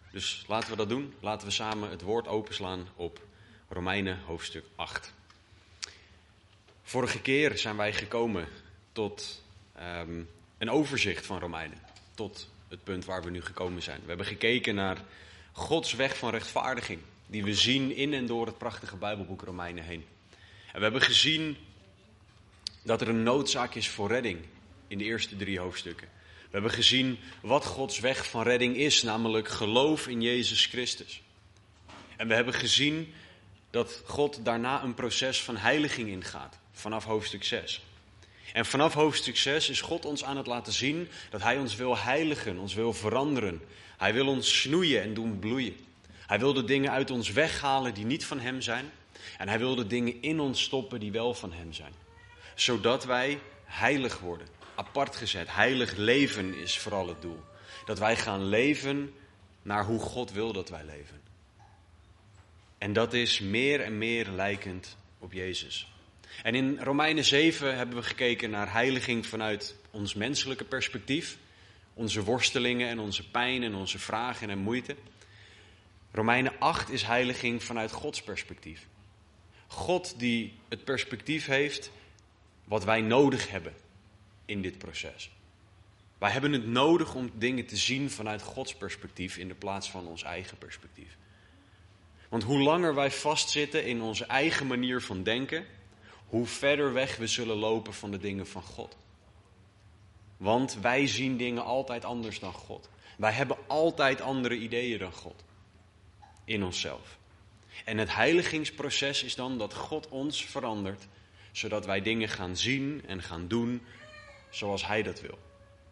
Dus laten we dat doen. Laten we samen het woord openslaan op Romeinen hoofdstuk 8. Vorige keer zijn wij gekomen tot een overzicht van Romeinen. Tot het punt waar we nu gekomen zijn. We hebben gekeken naar Gods weg van rechtvaardiging. Die we zien in en door het prachtige Bijbelboek Romeinen heen. En we hebben gezien dat er een noodzaak is voor redding in de eerste 3 hoofdstukken. We hebben gezien wat Gods weg van redding is, namelijk geloof in Jezus Christus. En we hebben gezien dat God daarna een proces van heiliging ingaat, vanaf hoofdstuk 6. En vanaf hoofdstuk 6 is God ons aan het laten zien dat Hij ons wil heiligen, ons wil veranderen. Hij wil ons snoeien en doen bloeien. Hij wil de dingen uit ons weghalen die niet van Hem zijn. En Hij wil de dingen in ons stoppen die wel van Hem zijn. Zodat wij heilig worden, apart gezet. Heilig leven is vooral het doel. Dat wij gaan leven naar hoe God wil dat wij leven. En dat is meer en meer lijkend op Jezus. En in Romeinen 7 hebben we gekeken naar heiliging vanuit ons menselijke perspectief. Onze worstelingen en onze pijn en onze vragen en moeite. Romeinen 8 is heiliging vanuit Gods perspectief. God die het perspectief heeft wat wij nodig hebben in dit proces. Wij hebben het nodig om dingen te zien vanuit Gods perspectief in de plaats van ons eigen perspectief. Want hoe langer wij vastzitten in onze eigen manier van denken, hoe verder weg we zullen lopen van de dingen van God. Want wij zien dingen altijd anders dan God. Wij hebben altijd andere ideeën dan God. In onszelf. En het heiligingsproces is dan dat God ons verandert, zodat wij dingen gaan zien en gaan doen zoals Hij dat wil.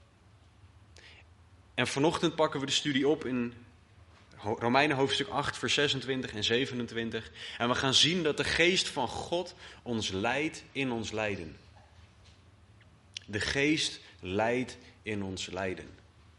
En vanochtend pakken we de studie op in Romeinen hoofdstuk 8, vers 26 en 27. En we gaan zien dat de geest van God ons leidt in ons lijden. De geest leidt in ons lijden.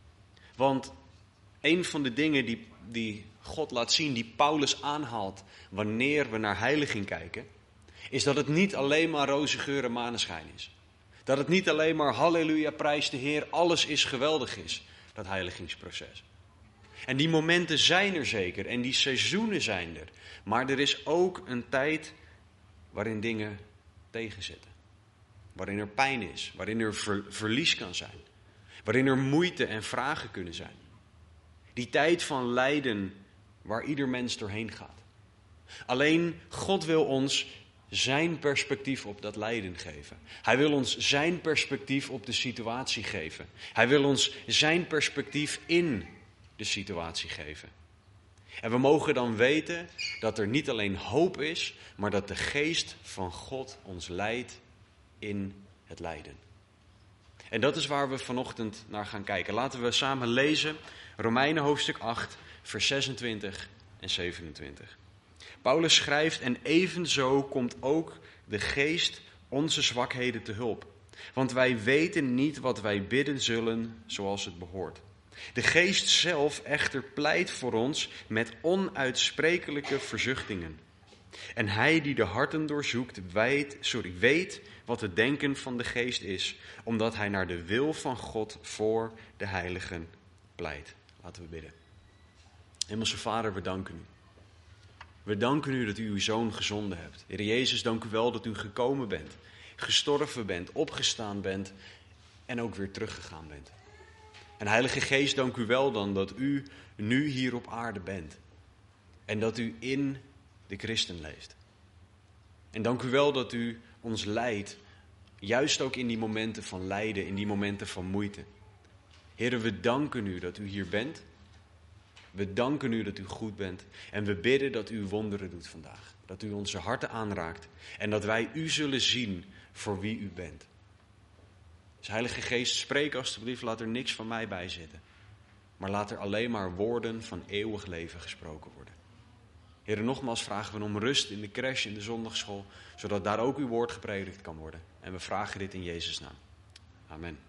Want een van de dingen die God laat zien, die Paulus aanhaalt wanneer we naar heiliging kijken, is dat het niet alleen maar roze geur en maneschijn is. Dat het niet alleen maar halleluja, prijs de Heer, alles is geweldig is, dat heiligingsproces. En die momenten zijn er zeker en die seizoenen zijn er. Maar er is ook een tijd waarin dingen tegenzitten. Waarin er pijn is, waarin er verlies kan zijn. Waarin er moeite en vragen kunnen zijn. Die tijd van lijden waar ieder mens doorheen gaat. Alleen God wil ons zijn perspectief op dat lijden geven. Hij wil ons zijn perspectief op de situatie geven. Hij wil ons zijn perspectief in de situatie geven. En we mogen dan weten dat er niet alleen hoop is, maar dat de geest van God ons leidt in het lijden. En dat is waar we vanochtend naar gaan kijken. Laten we samen lezen Romeinen hoofdstuk 8, vers 26 en 27. Paulus schrijft: en evenzo komt ook de geest onze zwakheden te hulp. Want wij weten niet wat wij bidden zullen zoals het behoort. De geest zelf echter pleit voor ons met onuitsprekelijke verzuchtingen. En hij die de harten doorzoekt weet wat het denken van de geest is, omdat hij naar de wil van God voor de heiligen pleit. Laten we bidden. Hemelse Vader, we danken u. We danken u dat u uw Zoon gezonden hebt. Heer Jezus, dank u wel dat u gekomen bent, gestorven bent, opgestaan bent en ook weer teruggegaan bent. En Heilige Geest, dank u wel dan dat u nu hier op aarde bent. En dat u in de christen leeft. En dank u wel dat u ons leidt, juist ook in die momenten van lijden, in die momenten van moeite. Heere, we danken u dat u hier bent. We danken u dat u goed bent. En we bidden dat u wonderen doet vandaag. Dat u onze harten aanraakt. En dat wij u zullen zien voor wie u bent. Dus Heilige Geest, spreek alstublieft, laat er niks van mij bij zitten. Maar laat er alleen maar woorden van eeuwig leven gesproken worden. Heere, nogmaals vragen we om rust in de crash, in de zondagschool, zodat daar ook uw woord gepredikt kan worden. En we vragen dit in Jezus' naam. Amen.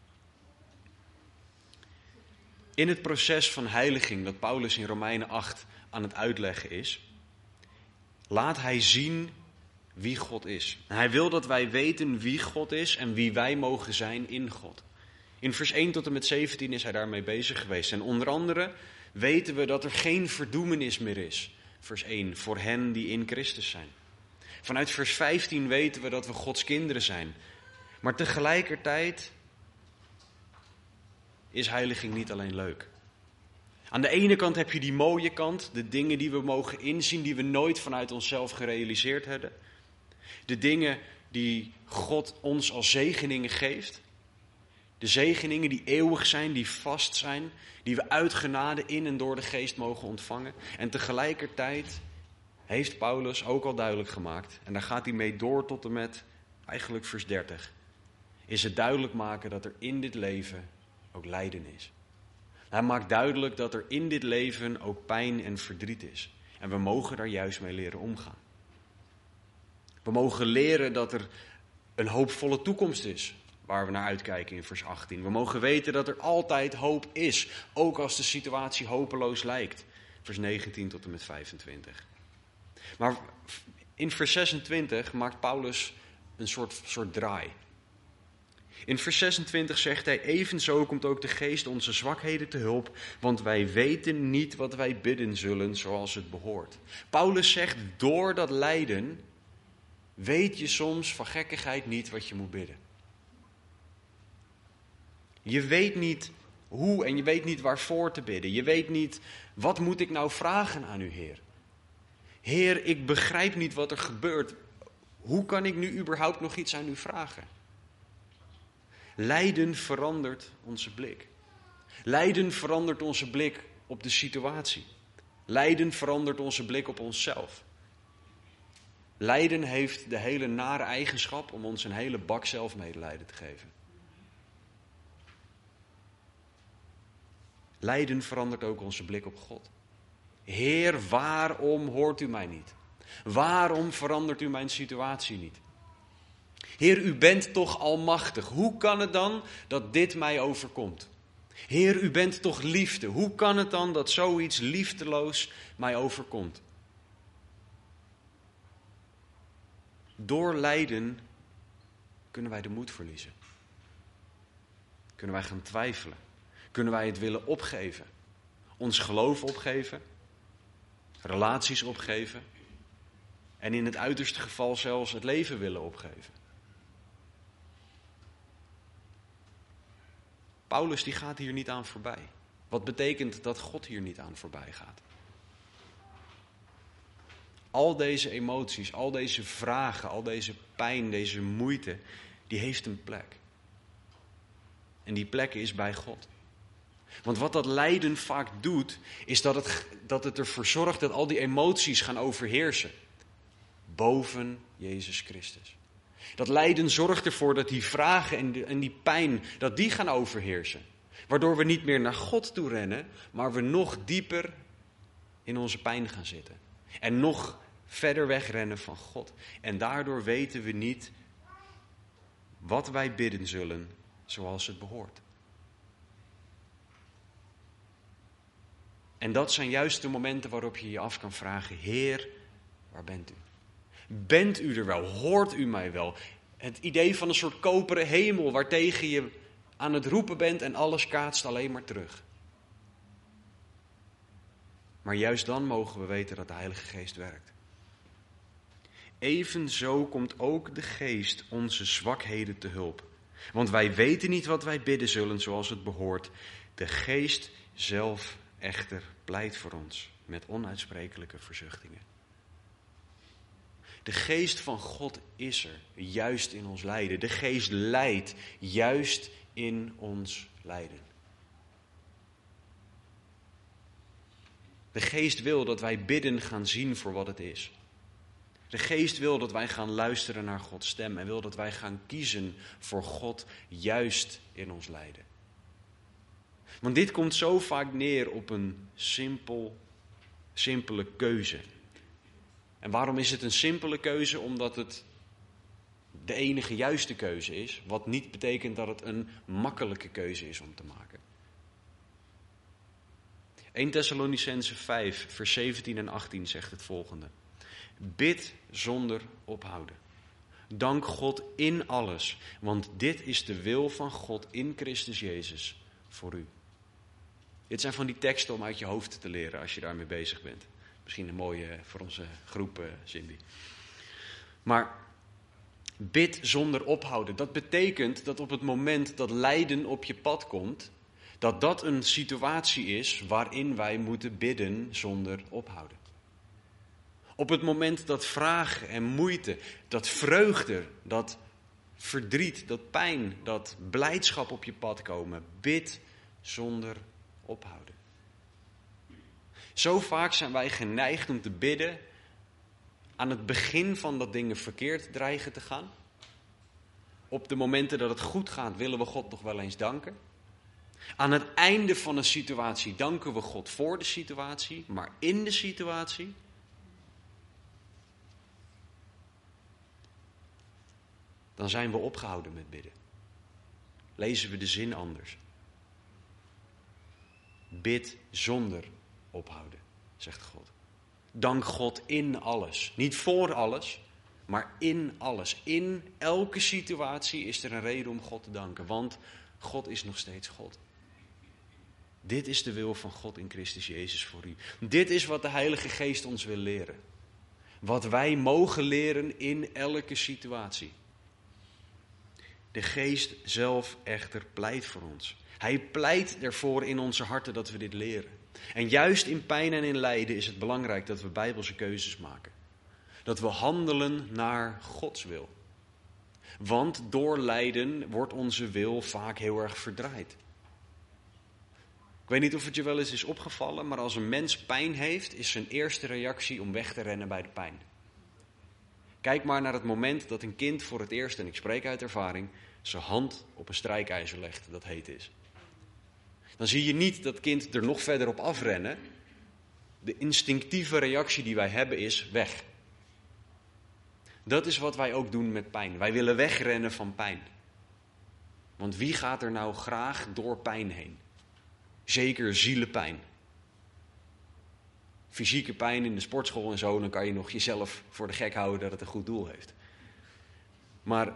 In het proces van heiliging dat Paulus in Romeinen 8 aan het uitleggen is, laat hij zien wie God is. En hij wil dat wij weten wie God is en wie wij mogen zijn in God. In vers 1 tot en met 17 is hij daarmee bezig geweest. En onder andere weten we dat er geen verdoemenis meer is, vers 1, voor hen die in Christus zijn. Vanuit vers 15 weten we dat we Gods kinderen zijn. Maar tegelijkertijd is heiliging niet alleen leuk. Aan de ene kant heb je die mooie kant, de dingen die we mogen inzien, die we nooit vanuit onszelf gerealiseerd hebben. De dingen die God ons als zegeningen geeft. De zegeningen die eeuwig zijn, die vast zijn, die we uit genade in en door de geest mogen ontvangen. En tegelijkertijd heeft Paulus ook al duidelijk gemaakt, en daar gaat hij mee door tot en met eigenlijk vers 30, is het duidelijk maken dat er in dit leven ook lijden is. Hij maakt duidelijk dat er in dit leven ook pijn en verdriet is. En we mogen daar juist mee leren omgaan. We mogen leren dat er een hoopvolle toekomst is, waar we naar uitkijken in vers 18. We mogen weten dat er altijd hoop is, ook als de situatie hopeloos lijkt. Vers 19 tot en met 25. Maar in vers 26 maakt Paulus een soort draai. In vers 26 zegt hij, evenzo komt ook de geest onze zwakheden te hulp, want wij weten niet wat wij bidden zullen zoals het behoort. Paulus zegt, door dat lijden weet je soms van gekkigheid niet wat je moet bidden. Je weet niet hoe en je weet niet waarvoor te bidden. Je weet niet, wat moet ik nou vragen aan u, Heer? Heer, ik begrijp niet wat er gebeurt. Hoe kan ik nu überhaupt nog iets aan u vragen? Lijden verandert onze blik. Lijden verandert onze blik op de situatie. Lijden verandert onze blik op onszelf. Lijden heeft de hele nare eigenschap om ons een hele bak zelfmedelijden te geven. Lijden verandert ook onze blik op God. Heer, waarom hoort u mij niet? Waarom verandert u mijn situatie niet? Heer, u bent toch almachtig. Hoe kan het dan dat dit mij overkomt? Heer, u bent toch liefde. Hoe kan het dan dat zoiets liefdeloos mij overkomt? Door lijden kunnen wij de moed verliezen. Kunnen wij gaan twijfelen. Kunnen wij het willen opgeven. Ons geloof opgeven. Relaties opgeven. En in het uiterste geval zelfs het leven willen opgeven. Paulus die gaat hier niet aan voorbij. Wat betekent dat God hier niet aan voorbij gaat? Al deze emoties, al deze vragen, al deze pijn, deze moeite, die heeft een plek. En die plek is bij God. Want wat dat lijden vaak doet, is dat het ervoor zorgt dat al die emoties gaan overheersen. Boven Jezus Christus. Dat lijden zorgt ervoor dat die vragen en die pijn, dat die gaan overheersen. Waardoor we niet meer naar God toe rennen, maar we nog dieper in onze pijn gaan zitten. En nog verder wegrennen van God. En daardoor weten we niet wat wij bidden zullen zoals het behoort. En dat zijn juist de momenten waarop je je af kan vragen, Heer, waar bent u? Bent u er wel? Hoort u mij wel? Het idee van een soort koperen hemel waartegen je aan het roepen bent en alles kaatst alleen maar terug. Maar juist dan mogen we weten dat de Heilige Geest werkt. Evenzo komt ook de Geest onze zwakheden te hulp. Want wij weten niet wat wij bidden zullen zoals het behoort. De Geest zelf echter pleit voor ons met onuitsprekelijke verzuchtingen. De Geest van God is er, juist in ons lijden. De Geest leidt, juist in ons lijden. De Geest wil dat wij bidden gaan zien voor wat het is. De Geest wil dat wij gaan luisteren naar Gods stem en wil dat wij gaan kiezen voor God, juist in ons lijden. Want dit komt zo vaak neer op een simpele keuze. En waarom is het een simpele keuze? Omdat het de enige juiste keuze is. Wat niet betekent dat het een makkelijke keuze is om te maken. 1 Thessalonicenzen 5, vers 17 en 18 zegt het volgende. Bid zonder ophouden. Dank God in alles, want dit is de wil van God in Christus Jezus voor u. Dit zijn van die teksten om uit je hoofd te leren als je daarmee bezig bent. Misschien een mooie voor onze groep, Cindy. Maar bid zonder ophouden. Dat betekent dat op het moment dat lijden op je pad komt, dat dat een situatie is waarin wij moeten bidden zonder ophouden. Op het moment dat vragen en moeite, dat vreugde, dat verdriet, dat pijn, dat blijdschap op je pad komen, bid zonder ophouden. Zo vaak zijn wij geneigd om te bidden aan het begin van dat dingen verkeerd dreigen te gaan. Op de momenten dat het goed gaat willen we God nog wel eens danken. Aan het einde van een situatie danken we God voor de situatie, maar in de situatie dan zijn we opgehouden met bidden. Lezen we de zin anders. Bid zonder ophouden, zegt God. Dank God in alles. Niet voor alles, maar in alles. In elke situatie is er een reden om God te danken, want God is nog steeds God. Dit is de wil van God in Christus Jezus voor u. Dit is wat de Heilige Geest ons wil leren. Wat wij mogen leren in elke situatie. De Geest zelf echter pleit voor ons. Hij pleit ervoor in onze harten dat we dit leren. En juist in pijn en in lijden is het belangrijk dat we bijbelse keuzes maken. Dat we handelen naar Gods wil. Want door lijden wordt onze wil vaak heel erg verdraaid. Ik weet niet of het je wel eens is opgevallen, maar als een mens pijn heeft, is zijn eerste reactie om weg te rennen bij de pijn. Kijk maar naar het moment dat een kind voor het eerst, en ik spreek uit ervaring, zijn hand op een strijkijzer legt dat heet is. Dan zie je niet dat kind er nog verder op afrennen. De instinctieve reactie die wij hebben is weg. Dat is wat wij ook doen met pijn. Wij willen wegrennen van pijn. Want wie gaat er nou graag door pijn heen? Zeker zielenpijn. Fysieke pijn in de sportschool en zo, dan kan je nog jezelf voor de gek houden dat het een goed doel heeft. Maar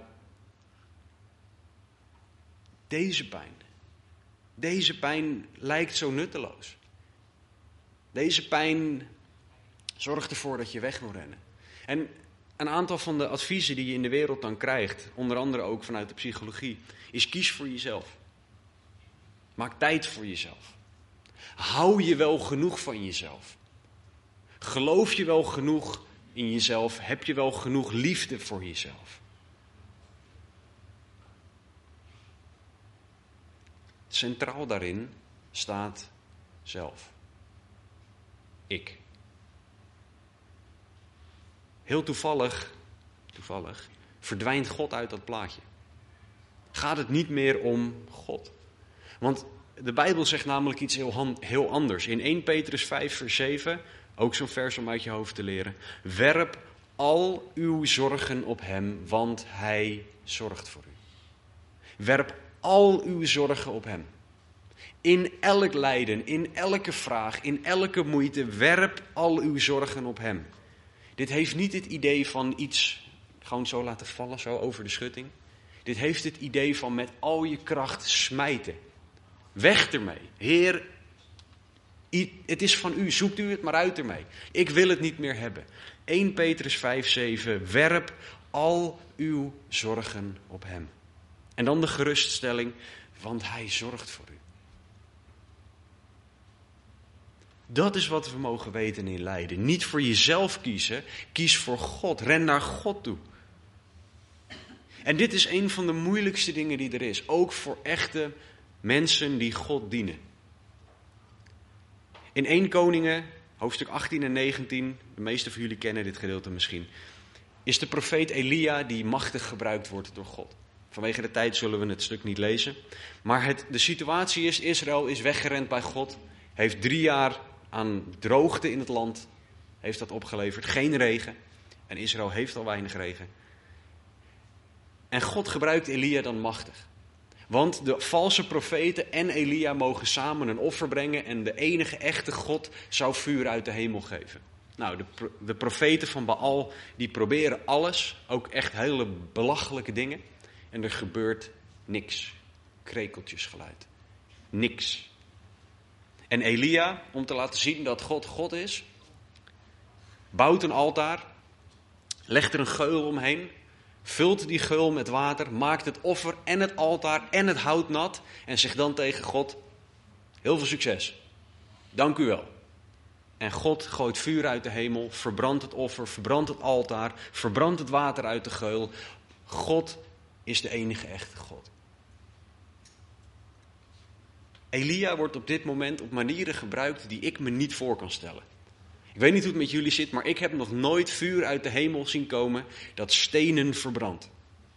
deze pijn lijkt zo nutteloos. Deze pijn zorgt ervoor dat je weg wil rennen. En een aantal van de adviezen die je in de wereld dan krijgt, onder andere ook vanuit de psychologie, is kies voor jezelf. Maak tijd voor jezelf. Hou je wel genoeg van jezelf? Geloof je wel genoeg in jezelf? Heb je wel genoeg liefde voor jezelf? Centraal daarin staat zelf. Ik. Heel toevallig verdwijnt God uit dat plaatje. Gaat het niet meer om God. Want de Bijbel zegt namelijk iets heel anders. In 1 Petrus 5 vers 7, ook zo'n vers om uit je hoofd te leren. Werp al uw zorgen op hem, want hij zorgt voor u. Werp al uw zorgen op hem. In elk lijden, in elke vraag, in elke moeite, werp al uw zorgen op hem. Dit heeft niet het idee van iets gewoon zo laten vallen, zo over de schutting. Dit heeft het idee van met al je kracht smijten. Weg ermee. Heer, het is van u, zoekt u het maar uit ermee. Ik wil het niet meer hebben. 1 Petrus 5:7, werp al uw zorgen op hem. En dan de geruststelling, want hij zorgt voor u. Dat is wat we mogen weten in lijden. Niet voor jezelf kiezen, kies voor God. Ren naar God toe. En dit is een van de moeilijkste dingen die er is. Ook voor echte mensen die God dienen. In 1 Koningen, hoofdstuk 18 en 19, de meeste van jullie kennen dit gedeelte misschien, is de profeet Elia die machtig gebruikt wordt door God. Vanwege de tijd zullen we het stuk niet lezen. Maar de situatie is, Israël is weggerend bij God. Heeft 3 jaar aan droogte in het land. Heeft dat opgeleverd. Geen regen. En Israël heeft al weinig regen. En God gebruikt Elia dan machtig. Want de valse profeten en Elia mogen samen een offer brengen. En de enige echte God zou vuur uit de hemel geven. Nou, de profeten van Baal die proberen alles. Ook echt hele belachelijke dingen. En er gebeurt niks. Krekeltjesgeluid. Niks. En Elia, om te laten zien dat God God is, bouwt een altaar, legt er een geul omheen, vult die geul met water, maakt het offer en het altaar en het hout nat en zegt dan tegen God, heel veel succes, dank u wel. En God gooit vuur uit de hemel, verbrandt het offer, verbrandt het altaar, verbrandt het water uit de geul. God is de enige echte God. Elia wordt op dit moment op manieren gebruikt die ik me niet voor kan stellen. Ik weet niet hoe het met jullie zit, maar ik heb nog nooit vuur uit de hemel zien komen dat stenen verbrandt.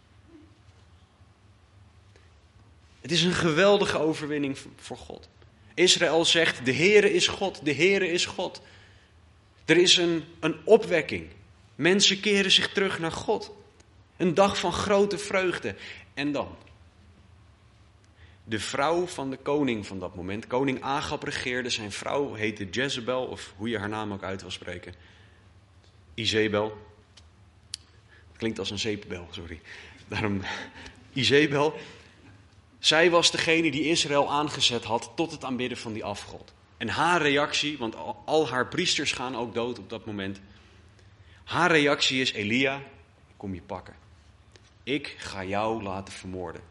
Het is een geweldige overwinning voor God. Israël zegt, de Heere is God, de Heere is God. Er is een opwekking. Mensen keren zich terug naar God. Een dag van grote vreugde. En dan? De vrouw van de koning van dat moment, koning Agab regeerde, zijn vrouw heette Jezebel, of hoe je haar naam ook uit wil spreken. Izebel. Klinkt als een zeepbel, sorry. Daarom Izebel. Zij was degene die Israël aangezet had tot het aanbidden van die afgod. En haar reactie, want al haar priesters gaan ook dood op dat moment. Haar reactie is, Elia, ik kom je pakken. Ik ga jou laten vermoorden.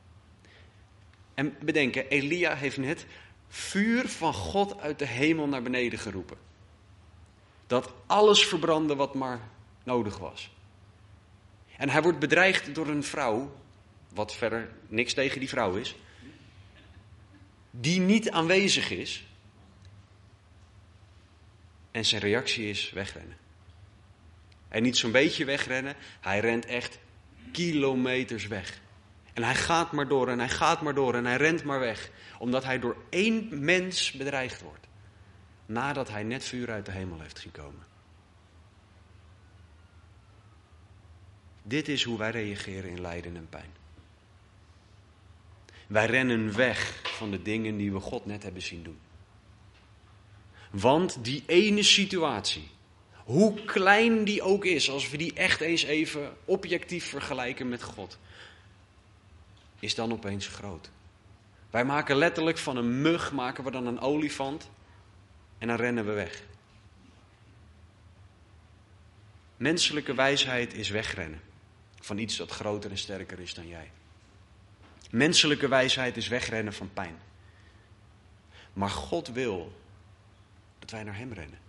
En bedenken, Elia heeft net vuur van God uit de hemel naar beneden geroepen. Dat alles verbrandde wat maar nodig was. En hij wordt bedreigd door een vrouw, wat verder niks tegen die vrouw is, die niet aanwezig is. En zijn reactie is wegrennen. En niet zo'n beetje wegrennen, hij rent echt kilometers weg. En hij gaat maar door en hij gaat maar door en hij rent maar weg. Omdat hij door één mens bedreigd wordt. Nadat hij net vuur uit de hemel heeft zien komen. Dit is hoe wij reageren in lijden en pijn. Wij rennen weg van de dingen die we God net hebben zien doen. Want die ene situatie, hoe klein die ook is, als we die echt eens even objectief vergelijken met God, is dan opeens groot. Wij maken letterlijk van een mug, maken we dan een olifant en dan rennen we weg. Menselijke wijsheid is wegrennen van iets dat groter en sterker is dan jij. Menselijke wijsheid is wegrennen van pijn. Maar God wil dat wij naar Hem rennen.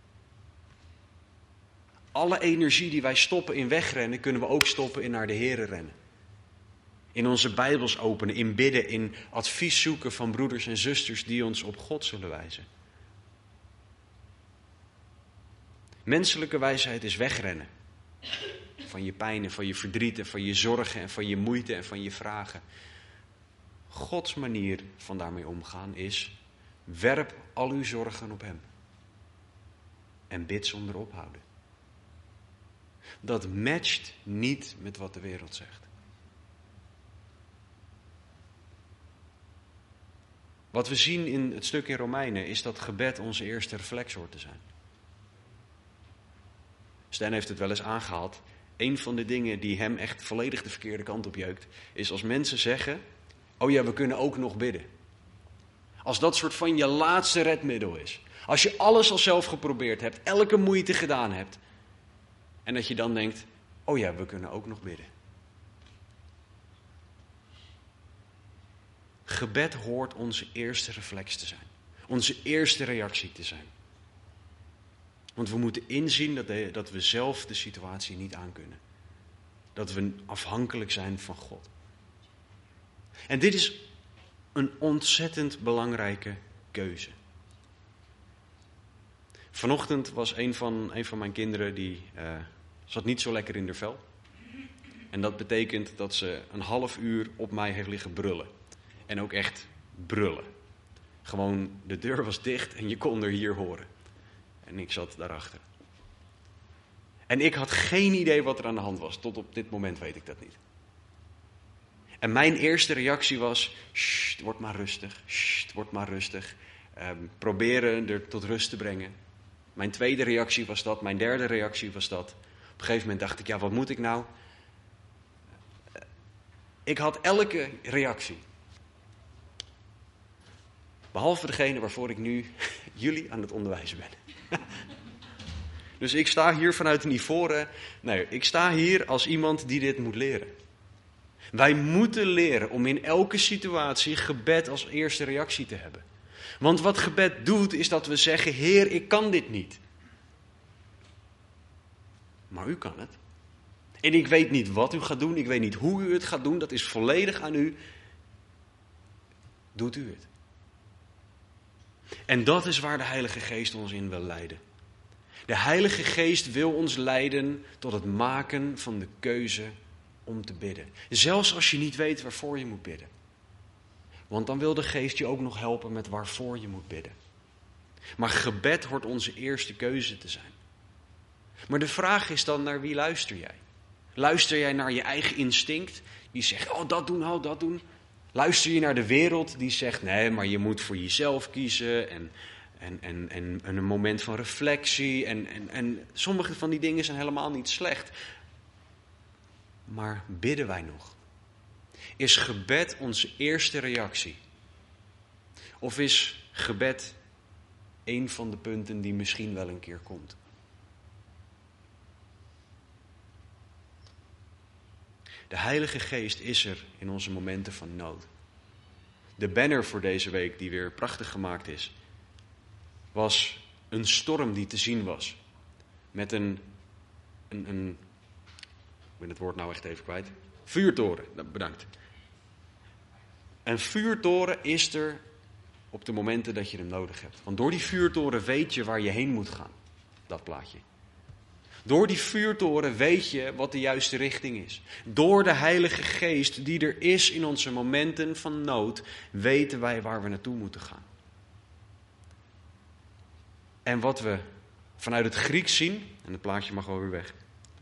Alle energie die wij stoppen in wegrennen, kunnen we ook stoppen in naar de Here rennen. In onze Bijbels openen, in bidden, in advies zoeken van broeders en zusters die ons op God zullen wijzen. Menselijke wijsheid is wegrennen. Van je pijn en van je verdriet en van je zorgen en van je moeite en van je vragen. Gods manier van daarmee omgaan is, werp al uw zorgen op Hem. En bid zonder ophouden. Dat matcht niet met wat de wereld zegt. Wat we zien in het stuk in Romeinen is dat gebed onze eerste reflex hoort te zijn. Stan heeft het wel eens aangehaald. Een van de dingen die hem echt volledig de verkeerde kant op jeukt, is als mensen zeggen, oh ja, we kunnen ook nog bidden. Als dat soort van je laatste redmiddel is. Als je alles al zelf geprobeerd hebt, elke moeite gedaan hebt. En dat je dan denkt, oh ja, we kunnen ook nog bidden. Gebed hoort onze eerste reflex te zijn. Onze eerste reactie te zijn. Want we moeten inzien dat we zelf de situatie niet aankunnen. Dat we afhankelijk zijn van God. En dit is een ontzettend belangrijke keuze. Vanochtend was een van mijn kinderen, die zat niet zo lekker in haar vel. En dat betekent dat ze een half uur op mij heeft liggen brullen. En ook echt brullen. Gewoon, de deur was dicht en je kon er hier horen. En ik zat daarachter. En ik had geen idee wat er aan de hand was. Tot op dit moment weet ik dat niet. En mijn eerste reactie was, word maar rustig. Word maar rustig. Proberen er tot rust te brengen. Mijn tweede reactie was dat. Mijn derde reactie was dat. Op een gegeven moment dacht ik, ja, wat moet ik nou? Ik had elke reactie. Behalve degene waarvoor ik nu jullie aan het onderwijzen ben. Dus ik sta hier vanuit een ivoren. Nee, ik sta hier als iemand die dit moet leren. Wij moeten leren om in elke situatie gebed als eerste reactie te hebben. Want wat gebed doet, is dat we zeggen: Heer, ik kan dit niet. Maar u kan het. En ik weet niet wat u gaat doen, ik weet niet hoe u het gaat doen, dat is volledig aan u. Doet u het. En dat is waar de Heilige Geest ons in wil leiden. De Heilige Geest wil ons leiden tot het maken van de keuze om te bidden. Zelfs als je niet weet waarvoor je moet bidden. Want dan wil de Geest je ook nog helpen met waarvoor je moet bidden. Maar gebed hoort onze eerste keuze te zijn. Maar de vraag is dan, naar wie luister jij? Luister jij naar je eigen instinct, die zegt, oh dat doen, oh dat doen. Luister je naar de wereld die zegt, nee, maar je moet voor jezelf kiezen en een moment van reflectie. En sommige van die dingen zijn helemaal niet slecht. Maar bidden wij nog? Is gebed onze eerste reactie? Of is gebed een van de punten die misschien wel een keer komt? De Heilige Geest is er in onze momenten van nood. De banner voor deze week, die weer prachtig gemaakt is, was een storm die te zien was. Met een ik ben het woord nou echt even kwijt. Vuurtoren, bedankt. Een vuurtoren is er op de momenten dat je hem nodig hebt. Want door die vuurtoren weet je waar je heen moet gaan. Dat plaatje. Door die vuurtoren weet je wat de juiste richting is. Door de Heilige Geest die er is in onze momenten van nood, weten wij waar we naartoe moeten gaan. En wat we vanuit het Grieks zien, en het plaatje mag wel weer weg.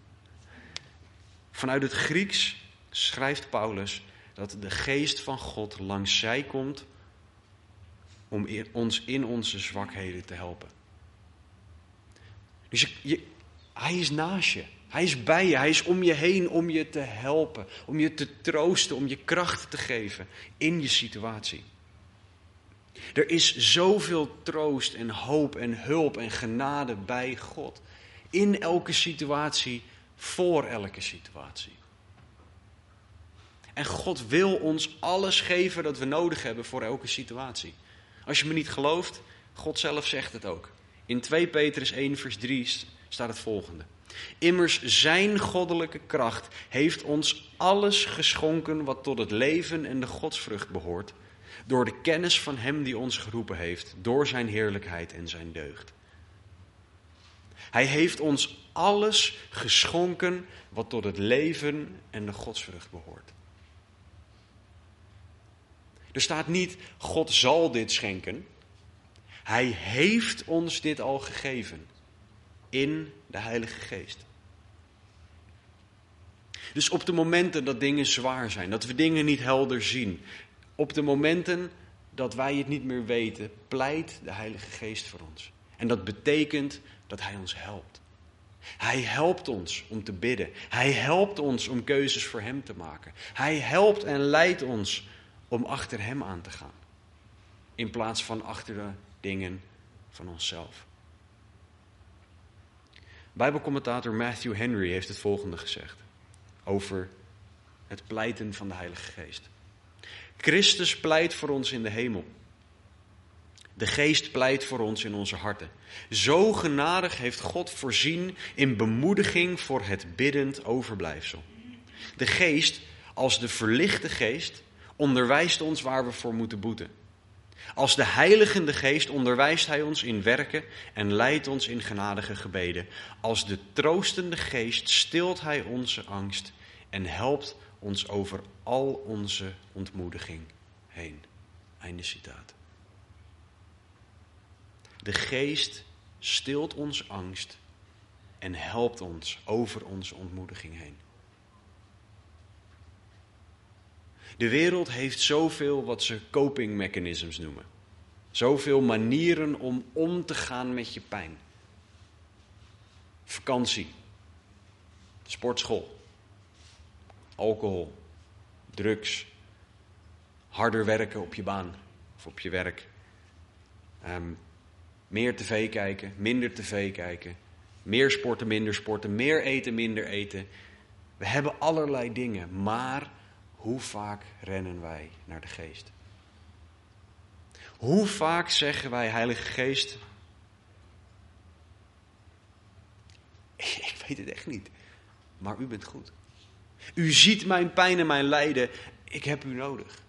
Vanuit het Grieks schrijft Paulus dat de Geest van God langs zij komt om ons in onze zwakheden te helpen. Dus hij is naast je. Hij is bij je. Hij is om je heen om je te helpen. Om je te troosten. Om je kracht te geven in je situatie. Er is zoveel troost en hoop en hulp en genade bij God. In elke situatie, voor elke situatie. En God wil ons alles geven dat we nodig hebben voor elke situatie. Als je me niet gelooft, God zelf zegt het ook. In 2 Petrus 1 vers 3 staat het volgende. Immers zijn goddelijke kracht heeft ons alles geschonken wat tot het leven en de godsvrucht behoort. Door de kennis van hem die ons geroepen heeft, door zijn heerlijkheid en zijn deugd. Hij heeft ons alles geschonken wat tot het leven en de godsvrucht behoort. Er staat niet, God zal dit schenken. Hij heeft ons dit al gegeven. In de Heilige Geest. Dus op de momenten dat dingen zwaar zijn, dat we dingen niet helder zien, op de momenten dat wij het niet meer weten, pleit de Heilige Geest voor ons. En dat betekent dat Hij ons helpt. Hij helpt ons om te bidden. Hij helpt ons om keuzes voor Hem te maken. Hij helpt en leidt ons om achter Hem aan te gaan. In plaats van achter de dingen van onszelf. Bijbelcommentator Matthew Henry heeft het volgende gezegd over het pleiten van de Heilige Geest. Christus pleit voor ons in de hemel. De Geest pleit voor ons in onze harten. Zo genadig heeft God voorzien in bemoediging voor het biddend overblijfsel. De Geest, als de verlichte Geest, onderwijst ons waar we voor moeten boeten. Als de heiligende Geest onderwijst Hij ons in werken en leidt ons in genadige gebeden. Als de troostende Geest stilt Hij onze angst en helpt ons over al onze ontmoediging heen. Einde citaat. De Geest stilt onze angst en helpt ons over onze ontmoediging heen. De wereld heeft zoveel wat ze coping mechanisms noemen. Zoveel manieren om te gaan met je pijn. Vakantie, sportschool, alcohol, drugs, harder werken op je baan of op je werk, Meer tv kijken, minder tv kijken. Meer sporten, minder sporten. Meer eten, minder eten. We hebben allerlei dingen, maar hoe vaak rennen wij naar de geest? Hoe vaak zeggen wij, Heilige Geest, ik weet het echt niet, maar u bent goed. U ziet mijn pijn en mijn lijden, ik heb u nodig.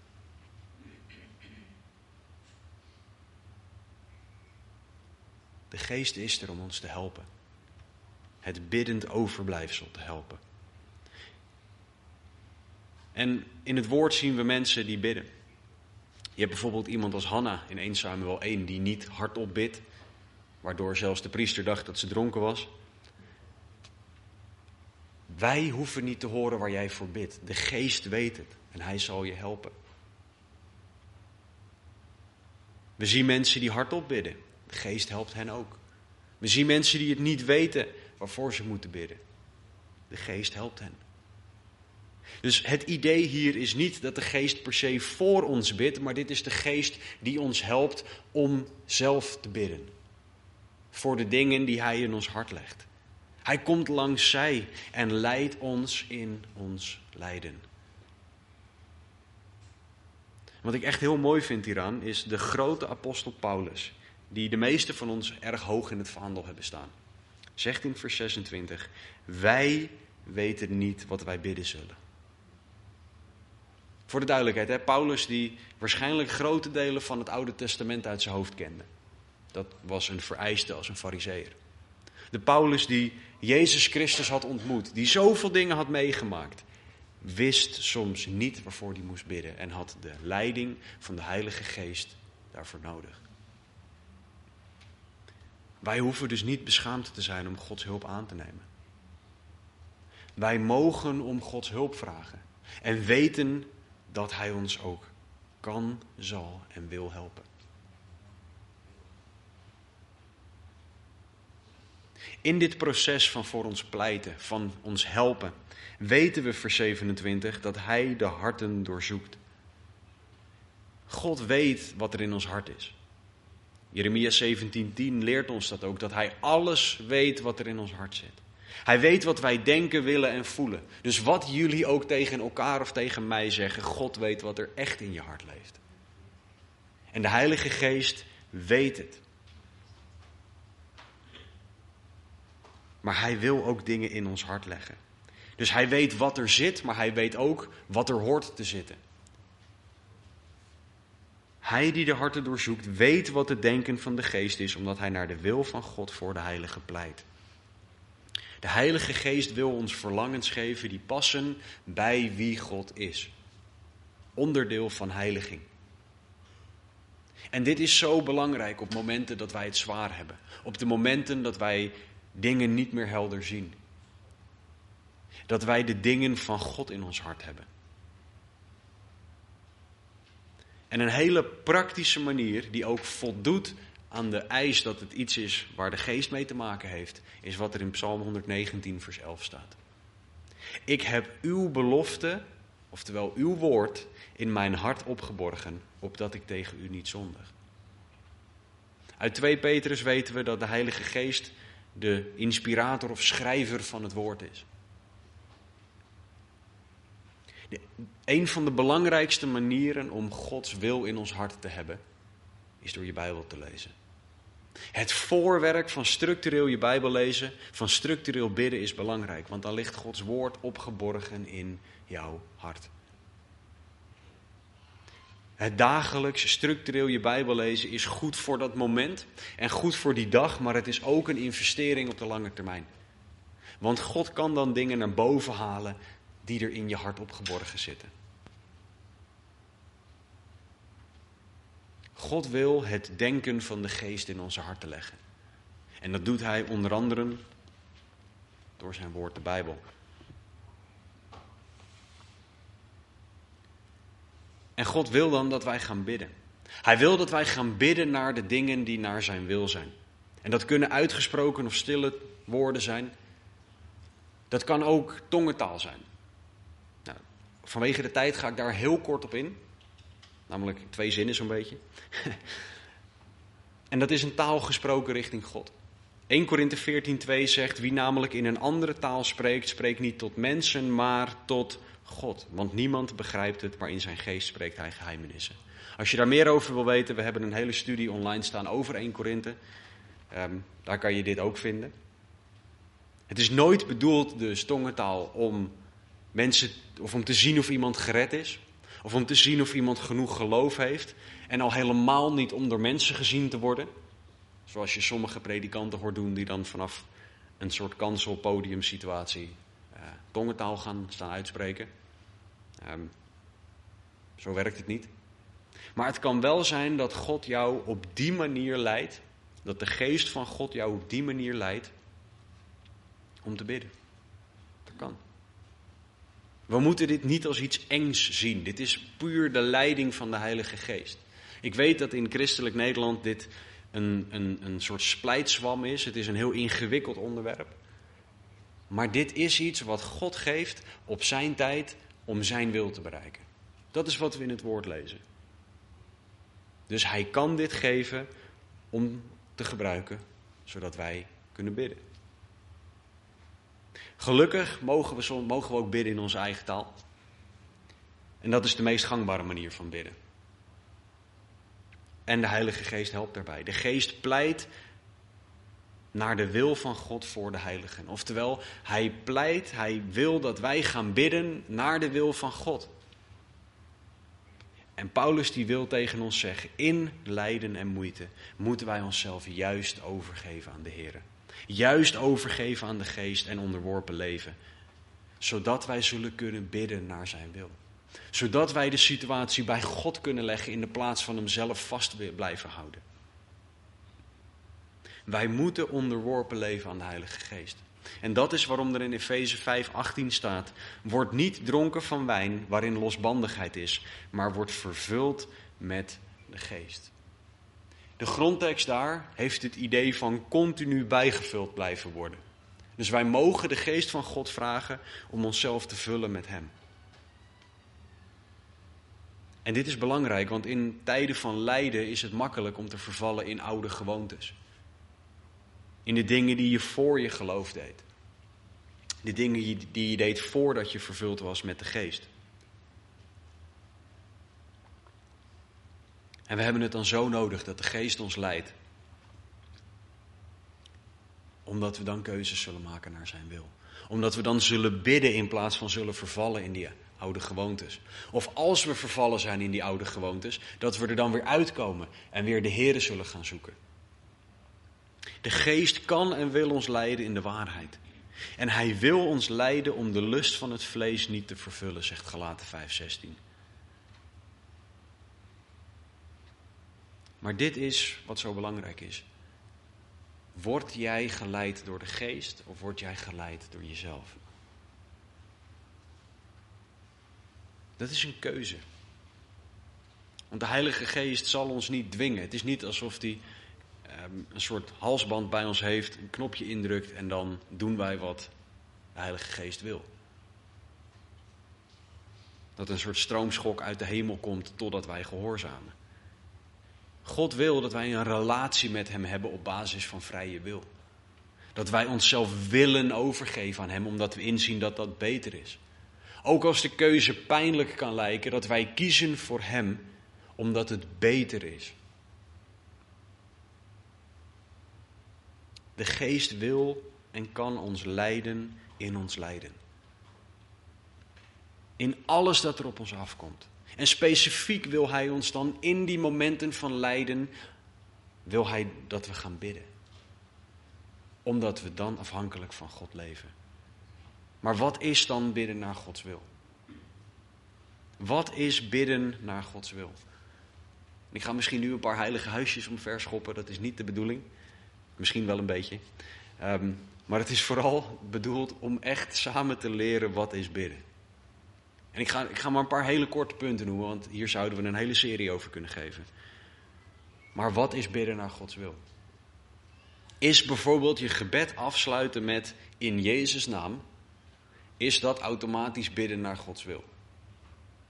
De Geest is er om ons te helpen. Het biddend overblijfsel te helpen. En in het woord zien we mensen die bidden. Je hebt bijvoorbeeld iemand als Hanna in 1 Samuel 1 die niet hardop bidt, waardoor zelfs de priester dacht dat ze dronken was. Wij hoeven niet te horen waar jij voor bidt. De Geest weet het en hij zal je helpen. We zien mensen die hardop bidden. De Geest helpt hen ook. We zien mensen die het niet weten waarvoor ze moeten bidden. De Geest helpt hen. Dus het idee hier is niet dat de Geest per se voor ons bidt, maar dit is de Geest die ons helpt om zelf te bidden. Voor de dingen die Hij in ons hart legt. Hij komt langs zij en leidt ons in ons lijden. Wat ik echt heel mooi vind hieraan is de grote apostel Paulus, die de meeste van ons erg hoog in het vaandel hebben staan. Zegt in vers 26, wij weten niet wat wij bidden zullen. Voor de duidelijkheid, hè? Paulus die waarschijnlijk grote delen van het Oude Testament uit zijn hoofd kende. Dat was een vereiste als een farizeeër. De Paulus die Jezus Christus had ontmoet, die zoveel dingen had meegemaakt, wist soms niet waarvoor hij moest bidden en had de leiding van de Heilige Geest daarvoor nodig. Wij hoeven dus niet beschaamd te zijn om Gods hulp aan te nemen. Wij mogen om Gods hulp vragen en weten dat Hij ons ook kan, zal en wil helpen. In dit proces van voor ons pleiten, van ons helpen, weten we vers 27 dat Hij de harten doorzoekt. God weet wat er in ons hart is. Jeremia 17:10 leert ons dat ook, dat Hij alles weet wat er in ons hart zit. Hij weet wat wij denken, willen en voelen. Dus wat jullie ook tegen elkaar of tegen mij zeggen, God weet wat er echt in je hart leeft. En de Heilige Geest weet het. Maar Hij wil ook dingen in ons hart leggen. Dus Hij weet wat er zit, maar Hij weet ook wat er hoort te zitten. Hij die de harten doorzoekt, weet wat het denken van de Geest is, omdat Hij naar de wil van God voor de Heilige pleit. De Heilige Geest wil ons verlangens geven die passen bij wie God is. Onderdeel van heiliging. En dit is zo belangrijk op momenten dat wij het zwaar hebben. Op de momenten dat wij dingen niet meer helder zien. Dat wij de dingen van God in ons hart hebben. En een hele praktische manier die ook voldoet aan de eis dat het iets is waar de Geest mee te maken heeft, is wat er in Psalm 119 vers 11 staat. Ik heb uw belofte, oftewel uw woord, in mijn hart opgeborgen, opdat ik tegen u niet zondig. Uit 2 Petrus weten we dat de Heilige Geest de inspirator of schrijver van het woord is. Een van de belangrijkste manieren om Gods wil in ons hart te hebben, is door je Bijbel te lezen. Het voorwerk van structureel je Bijbel lezen, van structureel bidden is belangrijk, want dan ligt Gods woord opgeborgen in jouw hart. Het dagelijks structureel je Bijbel lezen is goed voor dat moment en goed voor die dag, maar het is ook een investering op de lange termijn. Want God kan dan dingen naar boven halen die er in je hart opgeborgen zitten. God wil het denken van de Geest in onze harten leggen. En dat doet Hij onder andere door zijn woord, de Bijbel. En God wil dan dat wij gaan bidden. Hij wil dat wij gaan bidden naar de dingen die naar zijn wil zijn. En dat kunnen uitgesproken of stille woorden zijn. Dat kan ook tongentaal zijn. Nou, vanwege de tijd ga ik daar heel kort op in. Namelijk 2 zinnen zo'n beetje. En dat is een taal gesproken richting God. 1 Korinthe 14:2 zegt, wie namelijk in een andere taal spreekt, spreekt niet tot mensen, maar tot God. Want niemand begrijpt het, maar in zijn geest spreekt hij geheimenissen. Als je daar meer over wil weten, we hebben een hele studie online staan over 1 Korinthe. Daar kan je dit ook vinden. Het is nooit bedoeld, dus tongentaal, om mensen, of om te zien of iemand gered is. Of om te zien of iemand genoeg geloof heeft. En al helemaal niet om door mensen gezien te worden. Zoals je sommige predikanten hoort doen die dan vanaf een soort kanselpodiumsituatie tongentaal gaan staan uitspreken. Zo werkt het niet. Maar het kan wel zijn dat God jou op die manier leidt. Dat de geest van God jou op die manier leidt om te bidden. Dat kan. We moeten dit niet als iets engs zien. Dit is puur de leiding van de Heilige Geest. Ik weet dat in christelijk Nederland dit een soort splijtswam is. Het is een heel ingewikkeld onderwerp. Maar dit is iets wat God geeft op zijn tijd om zijn wil te bereiken. Dat is wat we in het woord lezen. Dus hij kan dit geven om te gebruiken, zodat wij kunnen bidden. Gelukkig mogen we ook bidden in onze eigen taal. En dat is de meest gangbare manier van bidden. En de Heilige Geest helpt daarbij. De Geest pleit naar de wil van God voor de heiligen. Oftewel, hij wil dat wij gaan bidden naar de wil van God. En Paulus die wil tegen ons zeggen, in lijden en moeite moeten wij onszelf juist overgeven aan de Heer. Juist overgeven aan de Geest en onderworpen leven. Zodat wij zullen kunnen bidden naar zijn wil. Zodat wij de situatie bij God kunnen leggen in de plaats van hem zelf vast blijven houden. Wij moeten onderworpen leven aan de Heilige Geest. En dat is waarom er in Efeze 5:18 staat, word niet dronken van wijn waarin losbandigheid is, maar word vervuld met de Geest. De grondtekst daar heeft het idee van continu bijgevuld blijven worden. Dus wij mogen de Geest van God vragen om onszelf te vullen met hem. En dit is belangrijk, want in tijden van lijden is het makkelijk om te vervallen in oude gewoontes. In de dingen die je voor je geloof deed. De dingen die je deed voordat je vervuld was met de Geest. En we hebben het dan zo nodig dat de Geest ons leidt. Omdat we dan keuzes zullen maken naar zijn wil. Omdat we dan zullen bidden in plaats van zullen vervallen in die oude gewoontes. Of als we vervallen zijn in die oude gewoontes, dat we er dan weer uitkomen en weer de Here zullen gaan zoeken. De Geest kan en wil ons leiden in de waarheid. En hij wil ons leiden om de lust van het vlees niet te vervullen, zegt Galaten 5:16. Maar dit is wat zo belangrijk is. Word jij geleid door de Geest of word jij geleid door jezelf? Dat is een keuze. Want de Heilige Geest zal ons niet dwingen. Het is niet alsof hij een soort halsband bij ons heeft, een knopje indrukt en dan doen wij wat de Heilige Geest wil. Dat een soort stroomschok uit de hemel komt totdat wij gehoorzamen. God wil dat wij een relatie met hem hebben op basis van vrije wil. Dat wij onszelf willen overgeven aan hem omdat we inzien dat dat beter is. Ook als de keuze pijnlijk kan lijken, dat wij kiezen voor hem omdat het beter is. De Geest wil en kan ons leiden in ons lijden. In alles dat er op ons afkomt. En specifiek wil hij ons dan in die momenten van lijden, wil hij dat we gaan bidden. Omdat we dan afhankelijk van God leven. Maar wat is dan bidden naar Gods wil? Wat is bidden naar Gods wil? Ik ga misschien nu een paar heilige huisjes omverschoppen, dat is niet de bedoeling. Misschien wel een beetje. Maar het is vooral bedoeld om echt samen te leren wat is bidden. En ik ga maar een paar hele korte punten noemen, want hier zouden we een hele serie over kunnen geven. Maar wat is bidden naar Gods wil? Is bijvoorbeeld je gebed afsluiten met in Jezus' naam, is dat automatisch bidden naar Gods wil?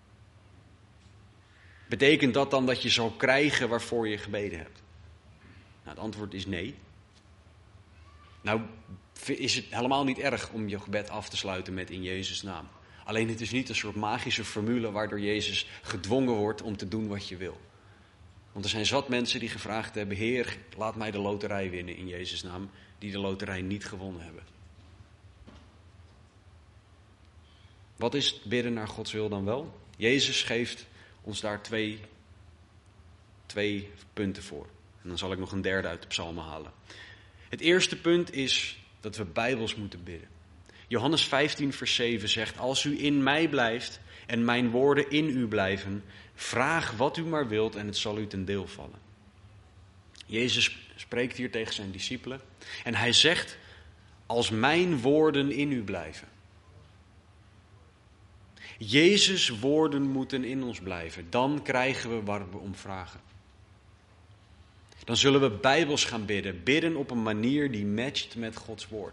Betekent dat dan dat je zal krijgen waarvoor je gebeden hebt? Nou, het antwoord is nee. Nou is het helemaal niet erg om je gebed af te sluiten met in Jezus' naam. Alleen het is niet een soort magische formule waardoor Jezus gedwongen wordt om te doen wat je wil. Want er zijn zat mensen die gevraagd hebben, Heer, laat mij de loterij winnen in Jezus' naam, die de loterij niet gewonnen hebben. Wat is het bidden naar Gods wil dan wel? Jezus geeft ons daar twee punten voor. En dan zal ik nog een derde uit de psalmen halen. Het eerste punt is dat we bijbels moeten bidden. Johannes 15 vers 7 zegt, als u in mij blijft en mijn woorden in u blijven, vraag wat u maar wilt en het zal u ten deel vallen. Jezus spreekt hier tegen zijn discipelen en hij zegt, als mijn woorden in u blijven. Jezus' woorden moeten in ons blijven. Dan krijgen we waar we om vragen. Dan zullen we bijbels gaan bidden. Bidden op een manier die matcht met Gods woord.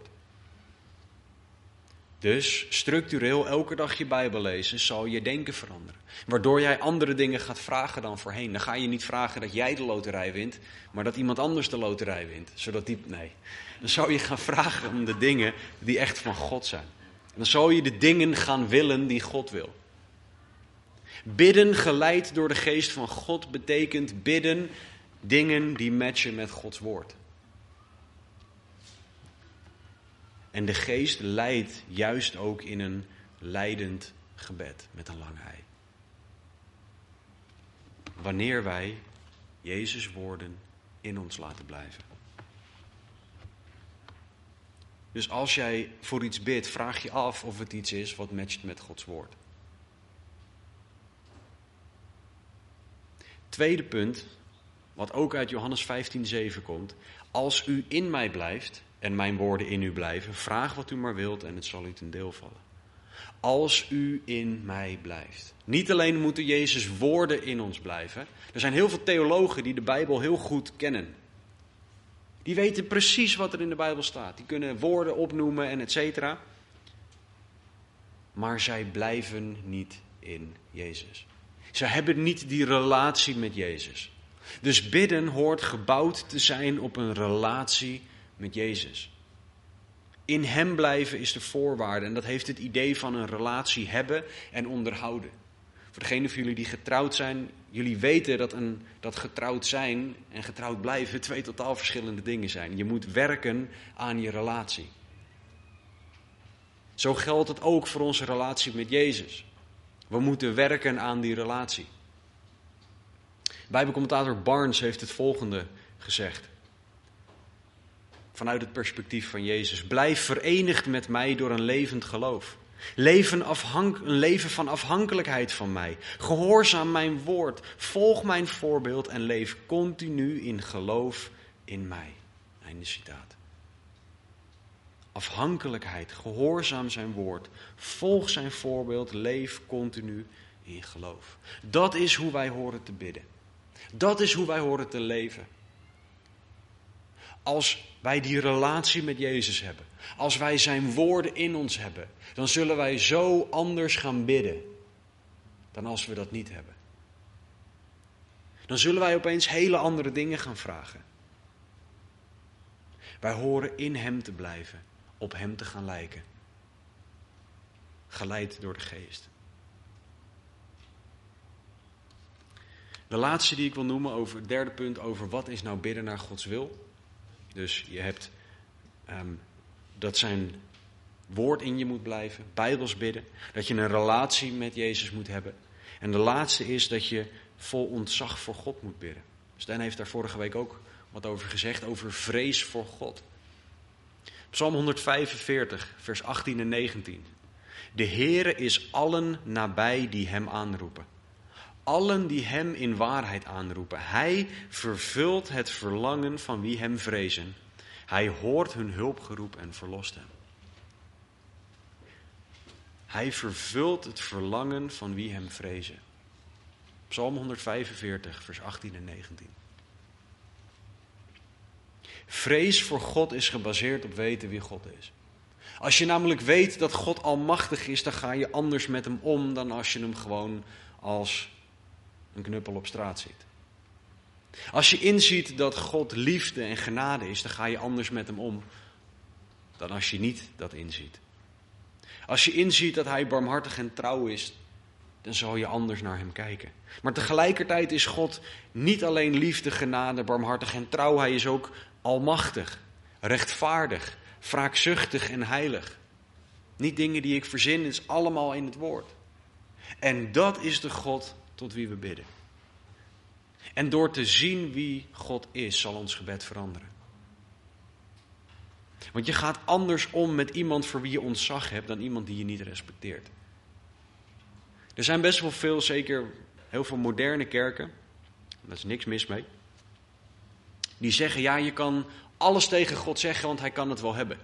Dus structureel elke dag je Bijbel lezen zal je denken veranderen. Waardoor jij andere dingen gaat vragen dan voorheen. Dan ga je niet vragen dat jij de loterij wint, maar dat iemand anders de loterij wint. Nee. Dan zou je gaan vragen om de dingen die echt van God zijn. En dan zal je de dingen gaan willen die God wil. Bidden geleid door de geest van God betekent bidden dingen die matchen met Gods woord. En de geest leidt juist ook in een leidend gebed met een lange ei. Wanneer wij Jezus' woorden in ons laten blijven. Dus als jij voor iets bidt, vraag je af of het iets is wat matcht met Gods woord. Tweede punt, wat ook uit Johannes 15:7 komt. Als u in mij blijft en mijn woorden in u blijven, vraag wat u maar wilt en het zal u ten deel vallen. Als u in mij blijft. Niet alleen moeten Jezus' woorden in ons blijven. Er zijn heel veel theologen die de Bijbel heel goed kennen. Die weten precies wat er in de Bijbel staat. Die kunnen woorden opnoemen en et cetera. Maar zij blijven niet in Jezus. Zij hebben niet die relatie met Jezus. Dus bidden hoort gebouwd te zijn op een relatie met Jezus. In hem blijven is de voorwaarde. En dat heeft het idee van een relatie hebben en onderhouden. Voor degenen van jullie die getrouwd zijn, jullie weten dat getrouwd zijn en getrouwd blijven 2 totaal verschillende dingen zijn. Je moet werken aan je relatie. Zo geldt het ook voor onze relatie met Jezus. We moeten werken aan die relatie. Bijbelcommentator Barnes heeft het volgende gezegd. Vanuit het perspectief van Jezus. Blijf verenigd met mij door een levend geloof. Een leven van afhankelijkheid van mij. Gehoorzaam mijn woord. Volg mijn voorbeeld en leef continu in geloof in mij. Einde citaat. Afhankelijkheid, gehoorzaam zijn woord. Volg zijn voorbeeld, leef continu in geloof. Dat is hoe wij horen te bidden. Dat is hoe wij horen te leven. Als wij die relatie met Jezus hebben, als wij zijn woorden in ons hebben, dan zullen wij zo anders gaan bidden dan als we dat niet hebben. Dan zullen wij opeens hele andere dingen gaan vragen. Wij horen in hem te blijven, op hem te gaan lijken. Geleid door de geest. De laatste die ik wil noemen, het derde punt over wat is nou bidden naar Gods wil. Dus je hebt dat zijn woord in je moet blijven, bijbels bidden, dat je een relatie met Jezus moet hebben. En de laatste is dat je vol ontzag voor God moet bidden. Stan heeft daar vorige week ook wat over gezegd, over vrees voor God. Psalm 145, vers 18 en 19. De Heere is allen nabij die hem aanroepen. Allen die hem in waarheid aanroepen. Hij vervult het verlangen van wie hem vrezen. Hij hoort hun hulpgeroep en verlost hem. Hij vervult het verlangen van wie hem vrezen. Psalm 145, vers 18 en 19. Vrees voor God is gebaseerd op weten wie God is. Als je namelijk weet dat God almachtig is, dan ga je anders met hem om dan als je hem gewoon als een knuppel op straat ziet. Als je inziet dat God liefde en genade is, dan ga je anders met hem om dan als je niet dat inziet. Als je inziet dat hij barmhartig en trouw is, dan zal je anders naar hem kijken. Maar tegelijkertijd is God niet alleen liefde, genade, barmhartig en trouw. Hij is ook almachtig, rechtvaardig, wraakzuchtig en heilig. Niet dingen die ik verzin, het is allemaal in het woord. En dat is de God tot wie we bidden. En door te zien wie God is, zal ons gebed veranderen. Want je gaat anders om met iemand voor wie je ontzag hebt dan iemand die je niet respecteert. Er zijn best wel veel, zeker heel veel moderne kerken, daar is niks mis mee, die zeggen, ja, je kan alles tegen God zeggen, want hij kan het wel hebben.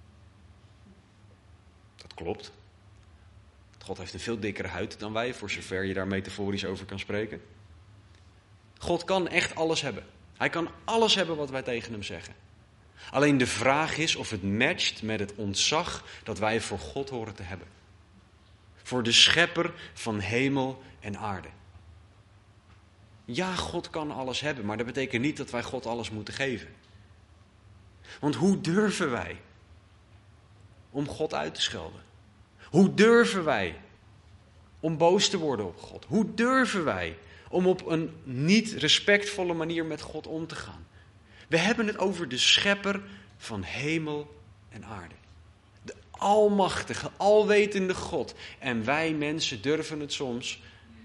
Dat klopt. God heeft een veel dikkere huid dan wij, voor zover je daar metaforisch over kan spreken. God kan echt alles hebben. Hij kan alles hebben wat wij tegen hem zeggen. Alleen de vraag is of het matcht met het ontzag dat wij voor God horen te hebben. Voor de schepper van hemel en aarde. Ja, God kan alles hebben, maar dat betekent niet dat wij God alles moeten geven. Want hoe durven wij om God uit te schelden? Hoe durven wij om boos te worden op God? Hoe durven wij om op een niet respectvolle manier met God om te gaan? We hebben het over de schepper van hemel en aarde. De almachtige, alwetende God. En wij mensen durven het soms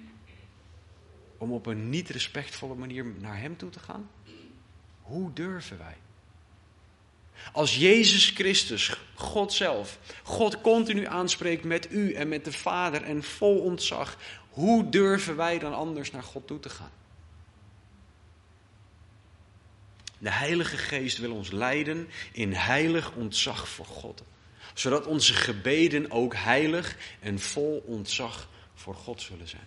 om op een niet respectvolle manier naar hem toe te gaan? Hoe durven wij? Als Jezus Christus, God zelf, God continu aanspreekt met u en met de Vader en vol ontzag, hoe durven wij dan anders naar God toe te gaan? De Heilige Geest wil ons leiden in heilig ontzag voor God. Zodat onze gebeden ook heilig en vol ontzag voor God zullen zijn.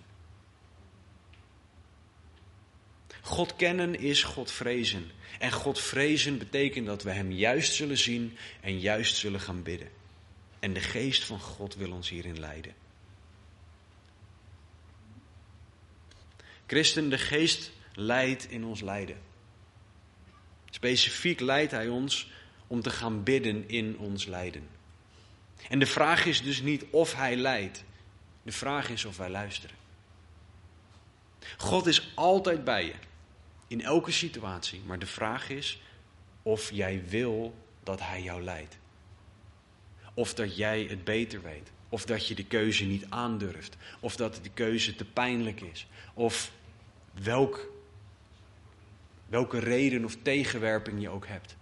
God kennen is God vrezen. En God vrezen betekent dat we hem juist zullen zien en juist zullen gaan bidden. En de Geest van God wil ons hierin leiden. Christen, de Geest leidt in ons lijden. Specifiek leidt hij ons om te gaan bidden in ons lijden. En de vraag is dus niet of hij leidt. De vraag is of wij luisteren. God is altijd bij je. In elke situatie. Maar de vraag is of jij wil dat hij jou leidt. Of dat jij het beter weet. Of dat je de keuze niet aandurft. Of dat de keuze te pijnlijk is. Of welke reden of tegenwerping je ook hebt.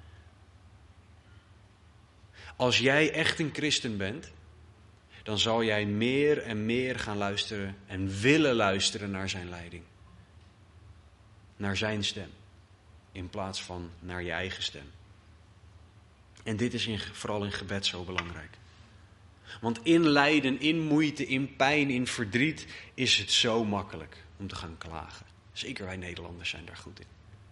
Als jij echt een christen bent, dan zal jij meer en meer gaan luisteren en willen luisteren naar zijn leiding. Naar zijn stem. In plaats van naar je eigen stem. En dit is vooral in gebed zo belangrijk. Want in lijden, in moeite, in pijn, in verdriet is het zo makkelijk om te gaan klagen. Zeker wij Nederlanders zijn daar goed in.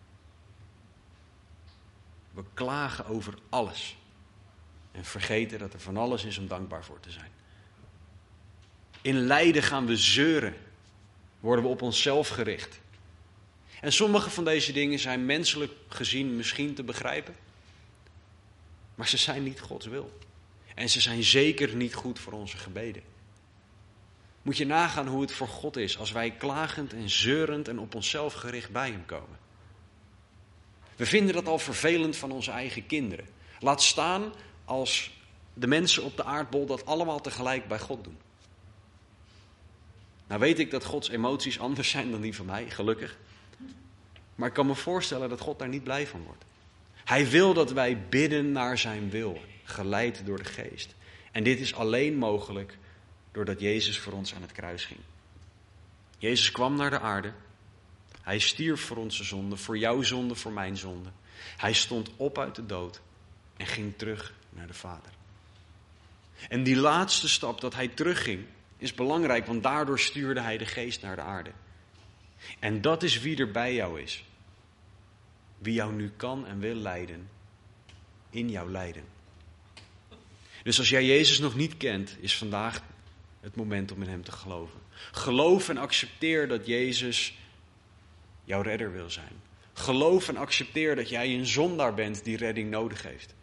We klagen over alles. En vergeten dat er van alles is om dankbaar voor te zijn. In lijden gaan we zeuren. Worden we op onszelf gericht. En sommige van deze dingen zijn menselijk gezien misschien te begrijpen. Maar ze zijn niet Gods wil. En ze zijn zeker niet goed voor onze gebeden. Moet je nagaan hoe het voor God is als wij klagend en zeurend en op onszelf gericht bij hem komen. We vinden dat al vervelend van onze eigen kinderen. Laat staan als de mensen op de aardbol dat allemaal tegelijk bij God doen. Nou weet ik dat Gods emoties anders zijn dan die van mij, gelukkig. Maar ik kan me voorstellen dat God daar niet blij van wordt. Hij wil dat wij bidden naar zijn wil, geleid door de Geest. En dit is alleen mogelijk doordat Jezus voor ons aan het kruis ging. Jezus kwam naar de aarde. Hij stierf voor onze zonde, voor jouw zonde, voor mijn zonde. Hij stond op uit de dood en ging terug naar de Vader. En die laatste stap dat hij terugging is belangrijk, want daardoor stuurde hij de Geest naar de aarde. En dat is wie er bij jou is. Wie jou nu kan en wil leiden in jouw lijden. Dus als jij Jezus nog niet kent, is vandaag het moment om in hem te geloven. Geloof en accepteer dat Jezus jouw redder wil zijn. Geloof en accepteer dat jij een zondaar bent die redding nodig heeft.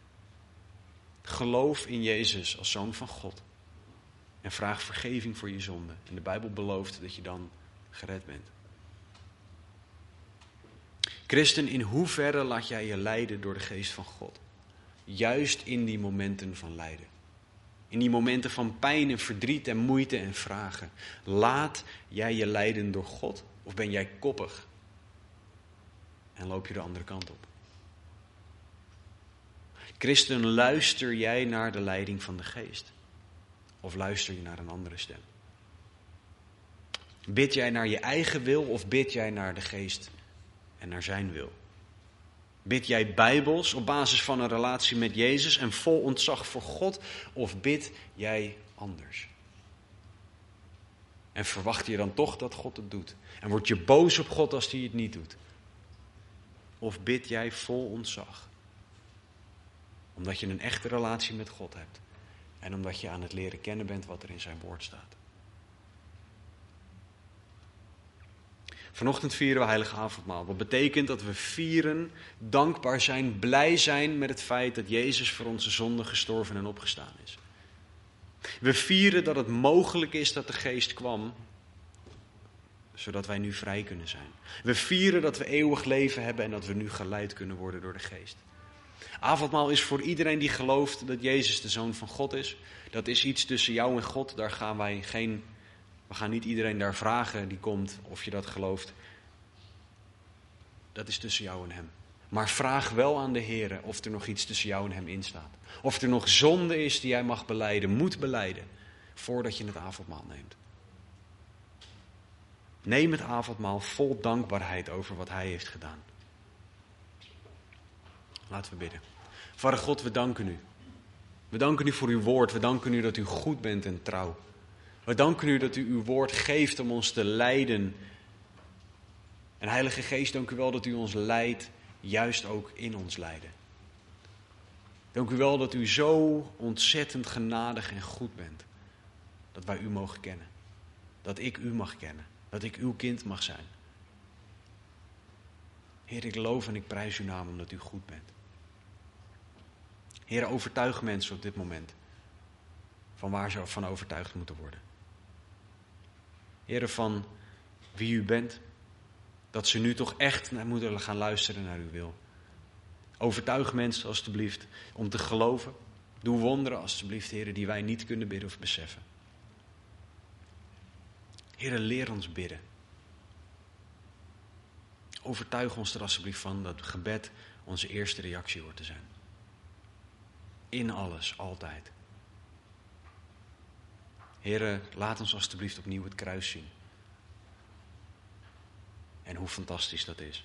Geloof in Jezus als Zoon van God. En vraag vergeving voor je zonde. En de Bijbel belooft dat je dan gered bent. Christen, in hoeverre laat jij je leiden door de geest van God? Juist in die momenten van lijden. In die momenten van pijn en verdriet en moeite en vragen. Laat jij je leiden door God? Of ben jij koppig? En loop je de andere kant op? Christen, luister jij naar de leiding van de geest? Of luister je naar een andere stem? Bid jij naar je eigen wil of bid jij naar de geest en naar zijn wil? Bid jij bijbels op basis van een relatie met Jezus en vol ontzag voor God? Of bid jij anders? En verwacht je dan toch dat God het doet? En word je boos op God als hij het niet doet? Of bid jij vol ontzag? Omdat je een echte relatie met God hebt. En omdat je aan het leren kennen bent wat er in zijn woord staat. Vanochtend vieren we Heilige Avondmaal. Wat betekent dat we vieren, dankbaar zijn, blij zijn met het feit dat Jezus voor onze zonde gestorven en opgestaan is. We vieren dat het mogelijk is dat de Geest kwam, zodat wij nu vrij kunnen zijn. We vieren dat we eeuwig leven hebben en dat we nu geleid kunnen worden door de Geest. Avondmaal is voor iedereen die gelooft dat Jezus de Zoon van God is. Dat is iets tussen jou en God. We gaan niet iedereen daar vragen die komt of je dat gelooft. Dat is tussen jou en hem. Maar vraag wel aan de Heer of er nog iets tussen jou en hem instaat. Of er nog zonde is die jij mag belijden, moet belijden, voordat je het avondmaal neemt. Neem het avondmaal vol dankbaarheid over wat hij heeft gedaan. Laten we bidden. Vader God, we danken u. We danken u voor uw woord. We danken u dat u goed bent en trouw. We danken u dat u uw woord geeft om ons te leiden. En Heilige Geest, dank u wel dat u ons leidt, juist ook in ons lijden. Dank u wel dat u zo ontzettend genadig en goed bent. Dat wij u mogen kennen. Dat ik u mag kennen. Dat ik uw kind mag zijn. Heer, ik loof en ik prijs uw naam omdat u goed bent. Heer, overtuig mensen op dit moment van waar ze van overtuigd moeten worden. Heer, van wie u bent, dat ze nu toch echt naar moeten gaan luisteren naar uw wil. Overtuig mensen alstublieft om te geloven. Doe wonderen alstublieft, Heer, die wij niet kunnen bidden of beseffen. Heer, leer ons bidden. Overtuig ons er alstublieft van dat gebed onze eerste reactie hoort te zijn. In alles, altijd. Heer, laat ons alstublieft opnieuw het kruis zien. En hoe fantastisch dat is.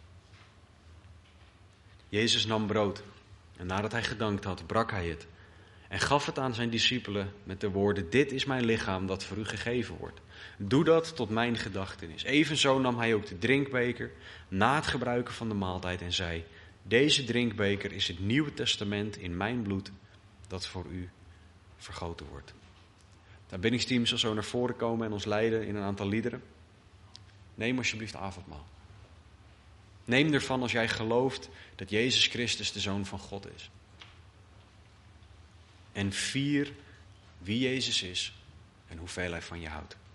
Jezus nam brood en nadat hij gedankt had, brak hij het en gaf het aan zijn discipelen met de woorden: dit is mijn lichaam dat voor u gegeven wordt. Doe dat tot mijn gedachtenis. Evenzo nam hij ook de drinkbeker na het gebruiken van de maaltijd en zei: deze drinkbeker is het Nieuwe Testament in mijn bloed dat voor u vergoten wordt. Het aanbiddingsteam zal zo naar voren komen en ons leiden in een aantal liederen. Neem alsjeblieft avondmaal. Neem ervan als jij gelooft dat Jezus Christus de Zoon van God is. En vier wie Jezus is en hoeveel hij van je houdt.